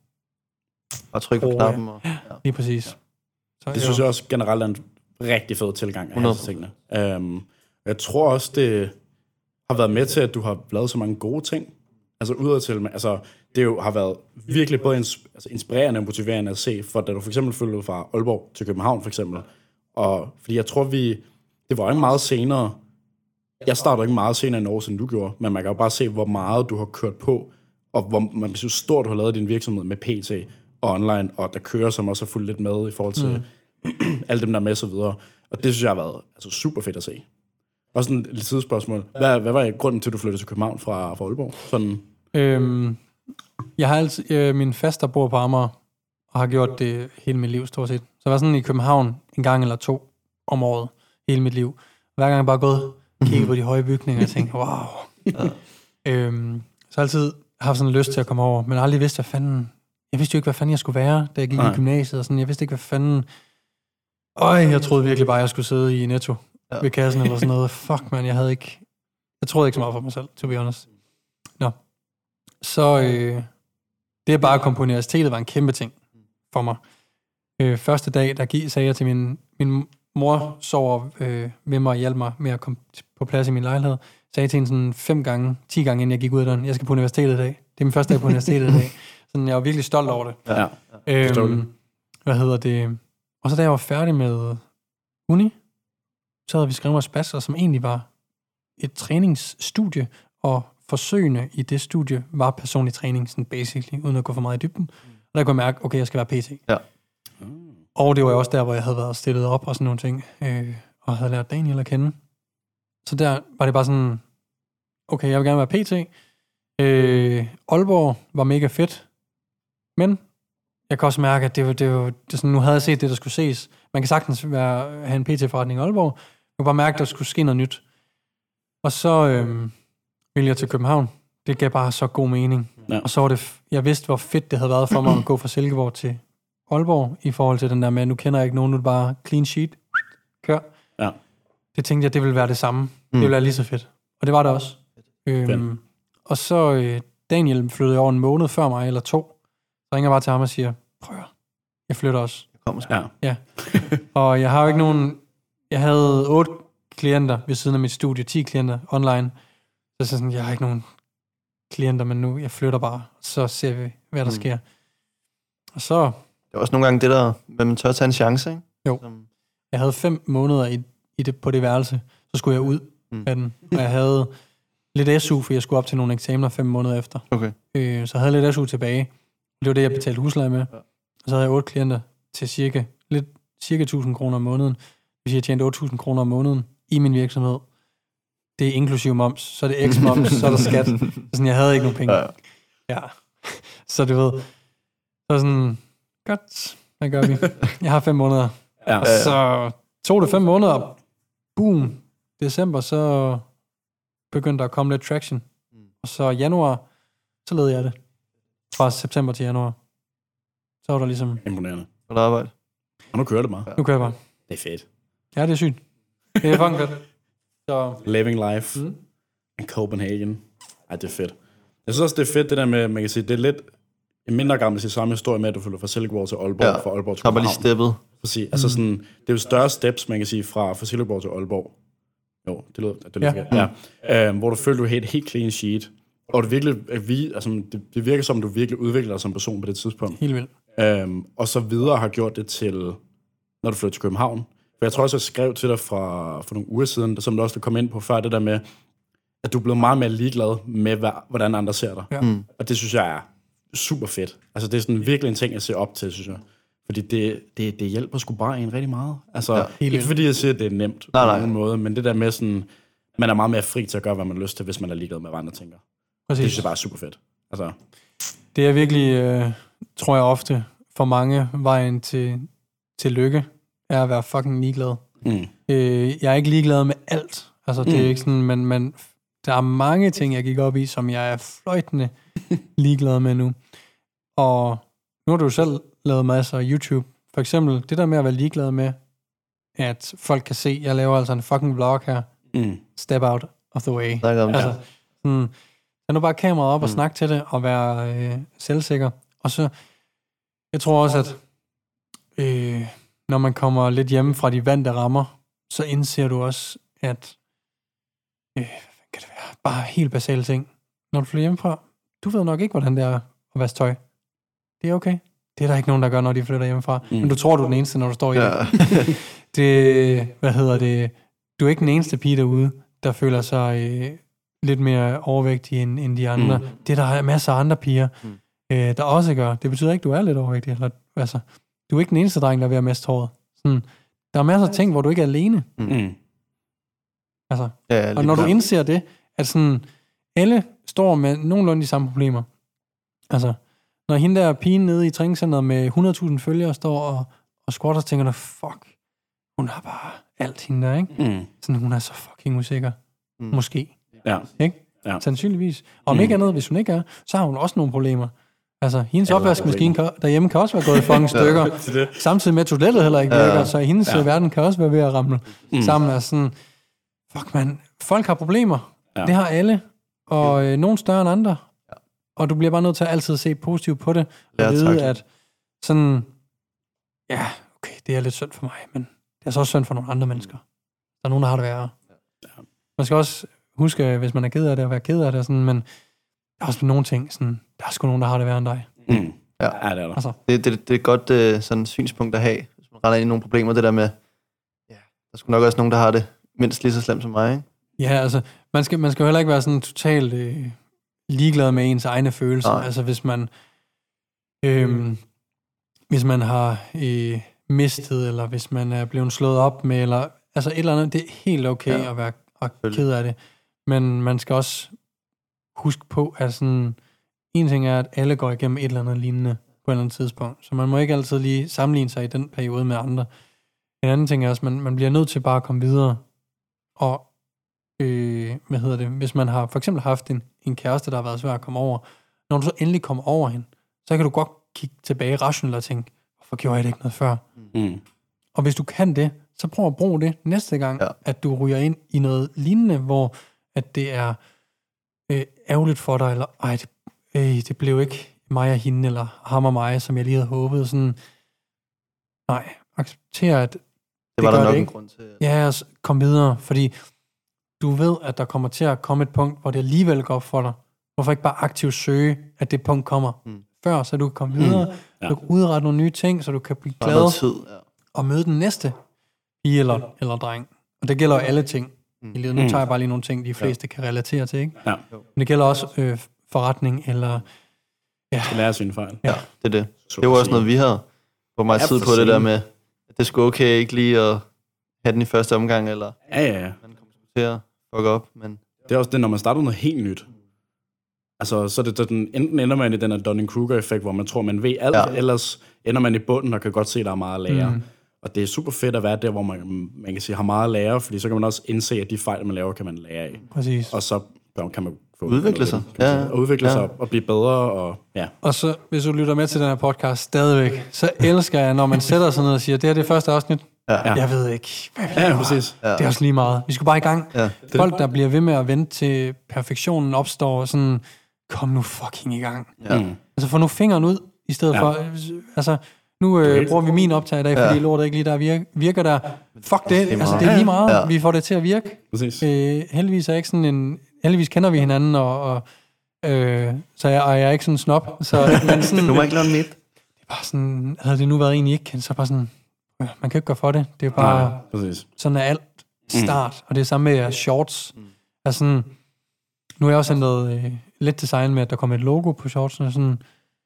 Og trykke på knappen. Og, ja. Lige præcis. Så, det jo. synes jeg også generelt er en rigtig fed tilgang af disse tingene. Um, jeg tror også, det har været med til, at du har lavet så mange gode ting. Altså udadtil, altså det jo har været virkelig både ins- altså, inspirerende og motiverende at se, for da du for eksempel flyttede fra Aalborg til København for eksempel. Og fordi jeg tror, vi, det var ikke meget senere, jeg startede ikke meget senere end år, siden du gjorde, men man kan jo bare se, hvor meget du har kørt på, og hvor man synes stort, du har lavet din virksomhed med P T og online, og der kører, som også har fulgt lidt med i forhold til mm. alle dem, der er med, så videre. Og det synes jeg har været altså, super fedt at se. Også sådan et lille sidespørgsmål. Hvad, hvad var grunden til, at du flyttede til København fra, fra Aalborg? Sådan... Øhm, jeg har altid, øh, min faster bor på Amager, og har gjort det hele mit liv, stort set. Så jeg var sådan i København en gang eller to om året, hele mit liv. Hver gang jeg bare gået og kigget på de høje bygninger, og tænkte, wow. Ja. øhm, så har jeg altid haft sådan lyst til at komme over, men aldrig vidste, hvad fanden... Jeg vidste jo ikke, hvad fanden jeg skulle være, da jeg gik Nej. i gymnasiet, og sådan. Jeg vidste ikke, hvad fanden... Øj, jeg troede virkelig bare, jeg skulle sidde i Netto ja. ved kassen eller sådan noget. Fuck, man, jeg havde ikke... Jeg troede ikke så meget for mig selv, to be honest. Nå. Så øh, det at bare komme på universitetet var en kæmpe ting for mig. Øh, første dag, der gik, sagde jeg til min... Min mor sover øh, med mig og hjalp mig med at komme på plads i min lejlighed. Sagde til hende sådan fem gange, ti gange, inden jeg gik ud af den, jeg skal på universitetet i dag. Det er min første dag på universitetet i dag. Sådan, jeg var virkelig stolt over det. Ja, øhm, hvad hedder det? Og så da jeg var færdig med uni, så havde vi skrevet vores bachelor, som egentlig var et træningsstudie, og forsøgene i det studie var personlig træning, sådan basically, uden at gå for meget i dybden. Og der kunne jeg mærke, okay, jeg skal være P T. Ja. Og det var jo også der, hvor jeg havde været stillet op og sådan nogle ting, øh, og havde lært Daniel at kende. Så der var det bare sådan, okay, jeg vil gerne være P T. Øh, Aalborg var mega fedt, men jeg kan også mærke, at det var, det var det sådan, nu havde jeg set det, der skulle ses. Man kan sagtens være, have en P T-forretning i Aalborg, kunne bare mærke, at der skulle ske noget nyt. Og så øh, ville jeg til København. Det gav bare så god mening. Ja. Og så var det, jeg vidste, hvor fedt det havde været for mig at gå fra Silkeborg til Aalborg, i forhold til den der med, nu kender jeg ikke nogen, nu er det bare clean sheet, kør. Ja. Det tænkte jeg, det ville være det samme. Mm. Det ville være lige så fedt. Og det var det også. Øhm, og så øh, Daniel flyttede over en måned før mig, eller to. Så ringer jeg bare til ham og siger, prøv at, jeg flytter også. Jeg kommer ja. ja. Og jeg har jo ikke nogen, jeg havde otte klienter ved siden af mit studie, ti klienter online. Så sådan, jeg har ikke nogen klienter, men nu, jeg flytter bare, så ser vi, hvad der mm. sker. Og så... Det er også nogle gange det der, hvad man tør tage en chance, ikke? Jo. Som... Jeg havde fem måneder i, i det, på det værelse, så skulle jeg ud mm. af den. Og jeg havde lidt S U, for jeg skulle op til nogle eksamener fem måneder efter. Okay. Øh, så jeg havde lidt S U tilbage. Det var det, jeg betalte husleje med. Ja. Og så havde jeg otte klienter til cirka, lidt, cirka tusind kroner om måneden. Hvis jeg tjente otte tusind kroner om måneden i min virksomhed. Det er inklusiv moms, så er det eks-moms, så er der skat. Så sådan, jeg havde ikke nogen penge. Ja. ja. Så du ved, så sådan, godt, hvad gør vi? Jeg har fem måneder. Ja. Så tog det fem måneder, boom, december, så begyndte der at komme lidt traction. Og så januar, så ledte jeg det. Fra september til januar. Så var der ligesom... Imponerende. Og der arbejde. Og nu kører det bare. Nu kører det bare. Det er fedt. Ja, det er sygt. Det er fucking fedt. Så... Living life mm. in Copenhagen. Ej, det er fedt. Jeg synes også, det er fedt, det der med, man kan sige, det er lidt en mindre gammel til samme historie med, at du flytter fra Silkeborg til Aalborg, ja, fra Aalborg til København. Ja, bare lige steppet. Præcis. Altså sådan, det er jo større steps, man kan sige, fra, fra Silkeborg til Aalborg. Jo, det lyder, det lyder ja. ja. Uh, hvor du føler, du er helt, helt clean sheet. Og det, virkelig, vi, altså, det, det virker som, du virkelig udvikler dig som person på det tidspunkt. Helt vildt. Uh, og så videre har gjort det til, når du flytter til København. For jeg tror også, jeg skrev til dig fra, for nogle uger siden, som du også kom ind på før, det der med, at du er blevet meget mere ligeglad med, hvad, hvordan andre ser dig. Ja. Mm. Og det synes jeg er super fedt. Altså det er sådan virkelig en ting, jeg ser op til, synes jeg. Fordi det, det, det hjælper sgu bare en rigtig meget. Altså, ja, ikke vildt. Fordi jeg siger, at det er nemt nej, på nej. nogen måde, men det der med sådan, man er meget mere fri til at gøre, hvad man har lyst til, hvis man er ligeglad med, hvad andre tænker. Præcis. Det synes jeg bare er super fedt. Altså. Det er virkelig, øh, tror jeg ofte, for mange vejen til, til lykke, er at være fucking ligeglad. Mm. Øh, jeg er ikke ligeglad med alt. Altså, det mm. er ikke sådan, men, men der er mange ting, jeg gik op i, som jeg er fløjtende ligeglad med nu. Og nu har du selv lavet masser af YouTube. For eksempel, det der med at være ligeglad med, at folk kan se, jeg laver altså en fucking vlog her. Mm. Step out of the way. Altså, sådan, tag nu bare kameraet op mm. og snak til det, og være øh, selvsikker. Og så, jeg tror også, at øh, når man kommer lidt hjemme fra de vante rammer, så indser du også, at øh, hvad kan det være? Bare helt basale ting. Når du flytter hjemmefra, du ved nok ikke, hvordan det er at vaske tøj. Det er okay. Det er der ikke nogen, der gør, når de flytter hjemmefra. Mm. Men du tror, du er den eneste, når du står i ja. det. det. Hvad hedder det? Du er ikke den eneste pige derude, der føler sig øh, lidt mere overvægtig end, end de andre. Mm. Det der er masser af andre piger, mm. øh, der også gør. Det betyder ikke, du er lidt overvægtig. Eller, altså, du er ikke den eneste dreng, der er ved at miste håret. Sådan, der er masser af ting, hvor du ikke er alene. Mm. Altså, ja, og når du indser det, at sådan, alle står med nogenlunde de samme problemer. Altså, når hende der pigen nede i træningscenteret med hundrede tusind følgere står og, og squatter, så tænker du, fuck, hun har bare alt hende der, ikke? Mm. Sådan, hun er så fucking usikker. Mm. Måske. Ja. Ikke? Ja. Sandsynligvis. Og om mm. ikke andet, hvis hun ikke er, så har hun også nogle problemer. Altså, hendes ja, opvaskemaskine kan, derhjemme kan også være gået i fucking stykker. Ja, samtidig med, at toilettet heller ikke virker, ja. Så hendes ja. verden kan også være ved at ramle mm. sammen. Altså sådan, fuck man, folk har problemer. Ja. Det har alle. Og øh, nogle større end andre. Ja. Og du bliver bare nødt til at altid se positivt på det. Og ja, vide, tak. At sådan, ja, okay, det er lidt synd for mig, men det er så også synd for nogle andre mennesker. Der er nogen, der har det værre. Ja. Man skal også huske, hvis man er ked af det, at være ked af det, sådan, men der er også nogle ting, sådan, der er sgu nogen, der har det værre end dig. Mm. Ja, ja, det er der. Altså. Det, det, det er et godt uh, sådan, synspunkt at have, hvis man render ind i nogle problemer, det der med, ja, der er sgu nok også nogen, der har det mindst lige så slemt som mig, ikke? Ja, altså, man skal, man skal jo heller ikke være sådan totalt øh, ligeglad med ens egne følelser. Nej. Altså, hvis man øh, hvis man har øh, mistet, eller hvis man er blevet slået op med, eller altså et eller andet, det er helt okay ja. At være og ked af det. Men man skal også huske på, at sådan, en ting er, at alle går igennem et eller andet lignende på et eller andet tidspunkt. Så man må ikke altid lige sammenligne sig i den periode med andre. En anden ting er også, at man, man bliver nødt til bare at komme videre. Og, øh, hvad hedder det, hvis man har for eksempel haft en, en kæreste, der har været svær at komme over, når du så endelig kommer over hende, så kan du godt kigge tilbage rationelt og tænke, hvorfor gjorde jeg det ikke noget før? Mm. Og hvis du kan det, så prøv at bruge det næste gang, ja. At du ryger ind i noget lignende, hvor at det er øh, ærgerligt for dig, eller ej, det, øh, det blev ikke mig og hende, eller ham og mig, som jeg lige havde håbet. Sådan, nej, accepter, at det, det var det der nok det en grund til. Ja, altså, kom videre, fordi du ved, at der kommer til at komme et punkt, hvor det alligevel går op for dig. Hvorfor ikke bare aktivt søge, at det punkt kommer mm. før, så du kan komme videre, mm. ja. Du kan udrette nogle nye ting, så du kan blive glad tid, ja. og møde den næste pige eller, eller dreng. Og det gælder jo alle ting mm. i livet. Nu tager jeg bare lige nogle ting, de fleste ja. Kan relatere til, ikke? Ja. Men det gælder også øh, forretning eller... Ja. Skal lære sine fejl. Ja, det er det. Så det var også noget, vi havde på meget tid på det der med, at det skulle okay ikke lige at have den i første omgang, eller... Ja, ja, ja. Man kommer til at fuck op, men... Det er også det, når man starter noget helt nyt. Altså, så er det den, enten ender man i den her Dunning-Kruger-effekt, hvor man tror, man ved alt, ja. Ellers ender man i bunden og kan godt se, at der er meget at lære. Mm. Og det er super fedt at være der, hvor man, man kan sige, har meget at lære, fordi så kan man også indse, at de fejl, man laver, kan man lære af. Præcis. Og så kan man få udvikle sig. Det, ja. Og udvikle ja. Sig og blive bedre. Og, ja. og så, hvis du lytter med til den her podcast stadigvæk, så elsker jeg, når man sætter sig ned og siger, det her det er første afsnit. Ja. Jeg ved ikke, hvad vi ja, præcis. Ja. Det er også lige meget. Vi skal bare i gang. Ja. Folk, der bliver ved med at vente til perfektionen opstår, sådan, kom nu fucking i gang. Ja. Mm. Altså, få nu fingeren ud, i stedet ja. For, altså, nu øh, bruger vi min optag i dag, fordi ja. Lortet ikke lige der virker, virker der. Fuck det, altså det er lige meget, ja. Vi får det til at virke. Øh, heldigvis er ikke sådan en, heldigvis kender vi hinanden, og, og øh, så jeg, og jeg er ikke sådan en snop. Så, men sådan, du må ikke lave mit. Det er bare sådan, havde det nu været en, I ikke kendt, så bare sådan, øh, man kan ikke gøre for det. Det er bare, ja, sådan er alt start, mm. og det er samme med shorts. Mm. Altså sådan, nu har jeg også ændret øh, lidt design med, at der kommer et logo på shortsene, sådan,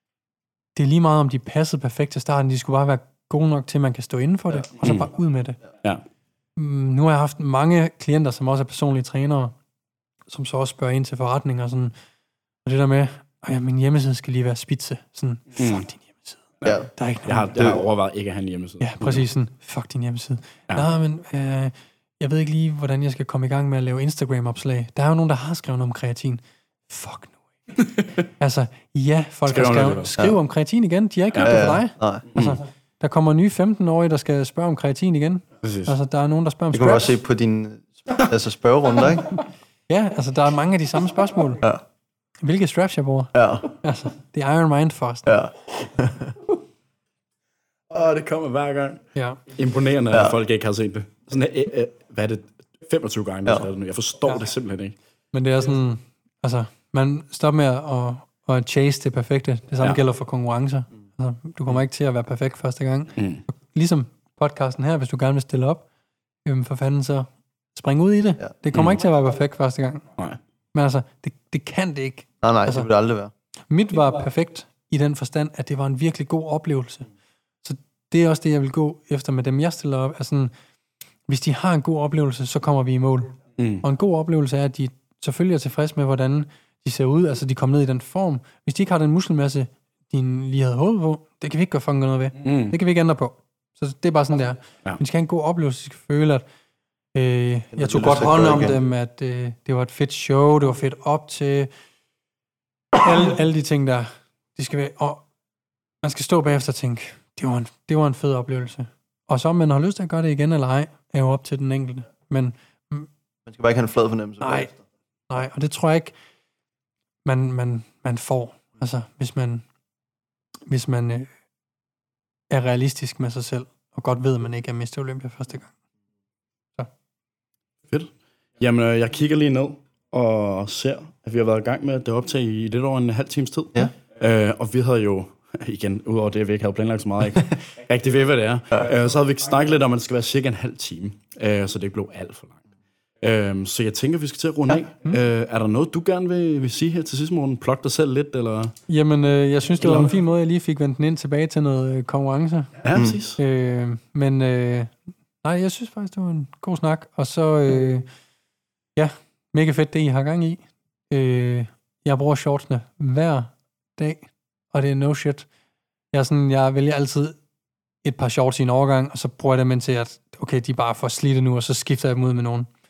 det er lige meget, om de passede perfekt til starten. De skulle bare være gode nok til, at man kan stå inden for det, ja. Og så bare ud med det. Ja. Nu har jeg haft mange klienter, som også er personlige trænere, som så også spørger ind til forretninger, og sådan, og det der med, at min hjemmeside skal lige være spidse. Sådan, fuck mm. din hjemmeside. Ja. Der er ikke jeg, har, jeg har overvejet ikke at have en hjemmeside. Ja, præcis sådan, fuck din hjemmeside. Ja. Nej, men øh, jeg ved ikke lige, hvordan jeg skal komme i gang med at lave Instagram-opslag. Der er jo nogen, der har skrevet om kreatin. Fuck nu. Altså, ja, folk skriv skal skrive, skrive ja. Om kreatin igen. De har ikke gjort ja, ja, ja. Det for dig. Nej. Altså, der kommer nye femten-årige, der skal spørge om kreatin igen. Præcis. Altså, der er nogen, der spørger om straps. Det kan man også se på dine altså, spørgerunder, ikke? Ja, altså, der er mange af de samme spørgsmål. Ja. Hvilke straps jeg bruger? Ja. Altså, det er Iron Mind Fast. Ja. Åh, det kommer hver gang. Ja. Imponerende, ja. At folk ikke har set det. Sådan, øh, øh, hvad er det? femogtyve gange, ja. Det nu. Jeg forstår ja. Det simpelthen ikke. Men det er sådan, altså, man stopper med at, at chase det perfekte. Det samme ja. Gælder for konkurrencer. Altså, du kommer ikke til at være perfekt første gang. Mm. Ligesom podcasten her, hvis du gerne vil stille op, øhm, for fanden så spring ud i det. Ja. Det kommer mm. ikke til at være perfekt første gang. Nej. Men altså, det, det kan det ikke. Nej, nej, altså, det vil det aldrig være. Mit var perfekt i den forstand, at det var en virkelig god oplevelse. Så det er også det, jeg vil gå efter med dem, jeg stiller op. Altså, hvis de har en god oplevelse, så kommer vi i mål. Mm. Og en god oplevelse er, at de selvfølgelig er tilfredse med, hvordan de ser ud. Altså, de kommer ned i den form. Hvis de ikke har den muskelmasse, de lige havde håbet på, det kan vi ikke gøre fucking noget ved. Mm. Det kan vi ikke ændre på. Så det er bare sådan, der. Ja. Men de skal have en god oplevelse. De skal føle, at øh, jeg tog godt hånd om dem, at øh, det var et fedt show, det var fedt op til alle, alle de ting, der de skal være. Og man skal stå bagefter og tænke, det var en, det var en fed oplevelse. Og så om man har lyst til at gøre det igen eller ej, er jo op til den enkelte. Men man skal bare ikke have en flad fornemmelse. Nej, nej, og det tror jeg ikke, man, man, man får. Altså, hvis man, hvis man øh, er realistisk med sig selv, og godt ved, at man ikke er mister Olympia første gang. Så. Fedt. Jamen, øh, jeg kigger lige ned og ser, at vi har været i gang med det optag i lidt over en halv times tid. Ja. Øh, og vi havde jo, igen, udover det, at vi ikke havde planlagt så meget, ikke rigtig ved, hvad det er, ja. øh, så havde vi snakket lidt om, at det skal være cirka en halv time, øh, så det blev alt for langt. Øhm, så jeg tænker, vi skal til at runde ja. Af. Mm. Øh, er der noget, du gerne vil, vil sige her til sidst, Morten? Plug dig selv lidt, eller? Jamen, øh, jeg synes, det var en fin måde, jeg lige fik vendt den ind tilbage til noget øh, konkurrence. Ja, præcis. Øh, men øh, nej, jeg synes faktisk, det var en god snak. Og så, øh, ja, mega fedt det, I har gang i. Øh, jeg bruger shortsene hver dag, og det er no shit. Jeg, er sådan, jeg vælger altid et par shorts i en overgang, og så bruger jeg dem indtil, at okay, de bare får slidte nu, og så skifter jeg dem ud med nogen.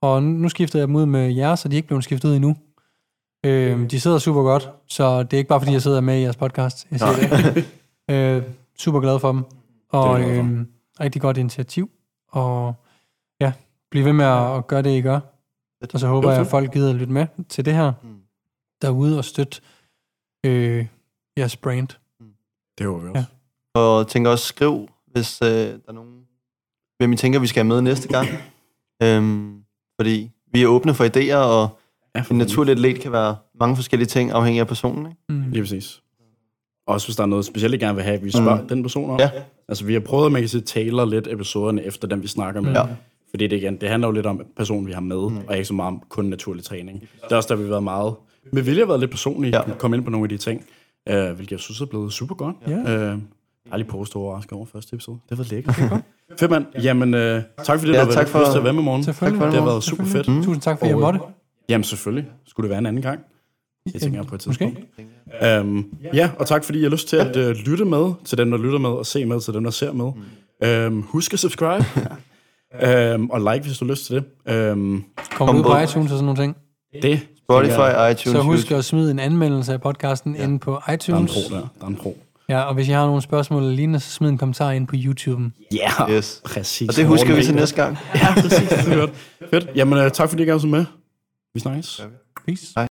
Og nu skifter jeg dem ud med jer, så de er ikke blevet skiftet ud endnu. Øh, de sidder super godt, så det er ikke bare, fordi jeg sidder med i jeres podcast. Jeg siger det. øh, super glad for dem. Og øh, rigtig godt initiativ. Og ja, bliv ved med at gøre det, I gør. Og så håber jeg, at folk gider at lytte med til det her derude og støtte øh, jeres brand. Det håber vi også. Ja. Og tænker også, skriv, hvis øh, der er nogen, hvem I tænker, vi skal have med næste gang. øhm, fordi vi er åbne for idéer, og ja, en naturlig atlet kan være mange forskellige ting, afhængig af personen. Ikke? Mm. Lige præcis. Også hvis der er noget specielt, I gerne vil have, vi spørger mm. den person om. Ja. Altså, vi har prøvet, at man kan sige, tailor lidt episoderne efter dem, vi snakker med. Ja. Fordi det igen, det handler jo lidt om personen, vi har med, mm. og ikke så meget om kun naturlig træning. Det er også der, vi har været meget... Med vilje har været lidt personlige, ja. Komme ind på nogle af de ting, øh, hvilket jeg synes er blevet super godt. Ja. Øh, jeg har lige postet overrasket over første episode. Det var lækkert. Fedt, mand. Jamen, øh, tak fordi ja, du har været lyst til at være med morgen. Tak for det. Det har været super fedt. Mm. Tusind tak, fordi jeg måtte. Jamen, selvfølgelig. Skulle det være en anden gang? Det tænker jeg på et tidspunkt. Um, ja, og tak fordi I har lyst til at uh, lytte med, til dem, der lytter med, og se med, til dem, der ser med. Um, husk at subscribe, um, og like, hvis du har lyst til det. Um, Kom ud på iTunes og sådan nogle ting. Det. Spotify, iTunes. Så husk at smide en anmeldelse af podcasten ja. Inde på iTunes. Der er en pro der. Der er en pro. Ja, og hvis I har nogle spørgsmål eller lignende, så smid en kommentar ind på YouTube. Ja, yeah, yes. Præcis. Og det husker vi til næste gang. Ja, præcis. Det er godt. Fedt. Jamen, uh, tak fordi I gav os med. Vi snakkes. Peace. Hej.